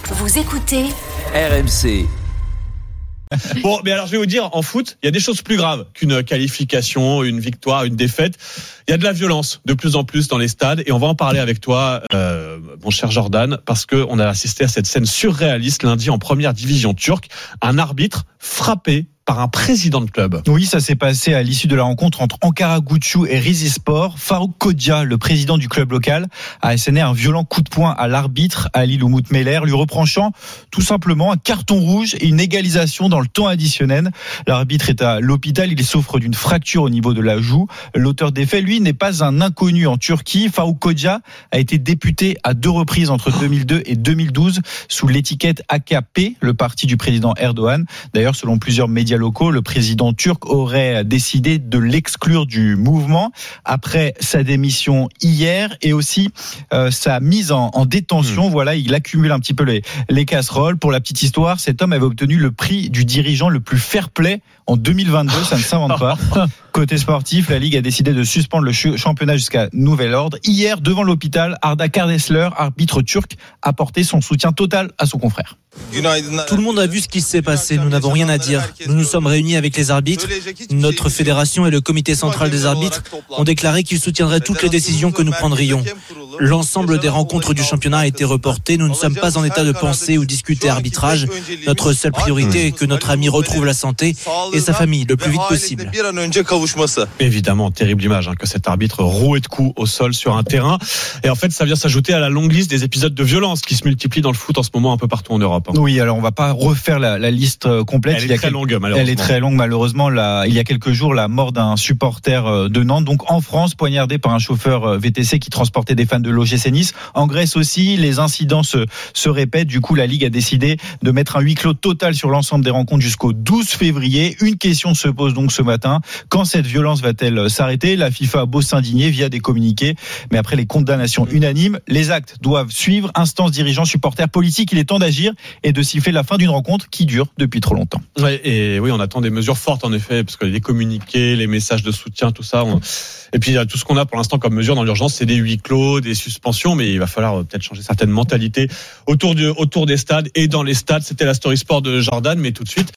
Vous écoutez RMC. Bon, mais alors je vais vous dire, en foot, il y a des choses plus graves qu'une qualification, une victoire, une défaite. Il y a de la violence de plus en plus dans les stades et on va en parler avec toi, mon cher Jordan, parce que on a assisté à cette scène surréaliste lundi en première division turque. Un arbitre frappé par un président de club. Oui, ça s'est passé à l'issue de la rencontre entre Ankaragucu et Rizespor. Farouk Kodja, le président du club local, a asséné un violent coup de poing à l'arbitre Ali Lumut Meler, lui reprochant tout simplement un carton rouge et une égalisation dans le temps additionnel. L'arbitre est à l'hôpital, il souffre d'une fracture au niveau de la joue. L'auteur des faits, lui, n'est pas un inconnu en Turquie. Farouk Kodja a été député à 2 reprises entre 2002 et 2012 sous l'étiquette AKP, le parti du président Erdogan. D'ailleurs, selon plusieurs médias locaux, le président turc aurait décidé de l'exclure du mouvement après sa démission hier et aussi sa mise en détention. Voilà, il accumule un petit peu les casseroles. Pour la petite histoire, cet homme avait obtenu le prix du dirigeant le plus fair-play en 2022, ça ne s'invente pas. Côté sportif, la Ligue a décidé de suspendre le championnat jusqu'à nouvel ordre. Hier, devant l'hôpital, Arda Kardesler, arbitre turc, a porté son soutien total à son confrère. Tout le monde a vu ce qui s'est passé, nous n'avons rien à dire. Nous nous sommes réunis avec les arbitres. Notre fédération et le comité central des arbitres ont déclaré qu'ils soutiendraient toutes les décisions que nous prendrions. L'ensemble des rencontres du championnat a été reporté. Nous ne sommes pas en état de penser ou discuter arbitrage. Notre seule priorité est que notre ami retrouve la santé et sa famille le plus vite possible. Évidemment, terrible image que cet arbitre roué de coups au sol sur un terrain. Et en fait, ça vient s'ajouter à la longue liste des épisodes de violence qui se multiplient dans le foot en ce moment un peu partout en Europe. Oui, alors on va pas refaire la liste complète. Elle est très longue, malheureusement. Elle est très longue, malheureusement. Il y a quelques jours, la mort d'un supporter de Nantes. Donc en France, poignardé par un chauffeur VTC qui transportait des fans de l'OGC Nice. En Grèce aussi, les incidents se répètent. Du coup, la Ligue a décidé de mettre un huis clos total sur l'ensemble des rencontres jusqu'au 12 février. Une question se pose donc ce matin. Quand cette violence va-t-elle s'arrêter ? La FIFA a beau s'indigner via des communiqués, mais après les condamnations unanimes, les actes doivent suivre. Instances, dirigeants, supporters, politiques, il est temps d'agir et de siffler la fin d'une rencontre qui dure depuis trop longtemps. Ouais, et oui, on attend des mesures fortes en effet, parce que les communiqués, les messages de soutien, tout ça. Et puis tout ce qu'on a pour l'instant comme mesure dans l'urgence, c'est des huis clos, des suspensions, mais il va falloir peut-être changer certaines mentalités autour des stades et dans les stades. C'était la Story Sport de Jordan, mais tout de suite.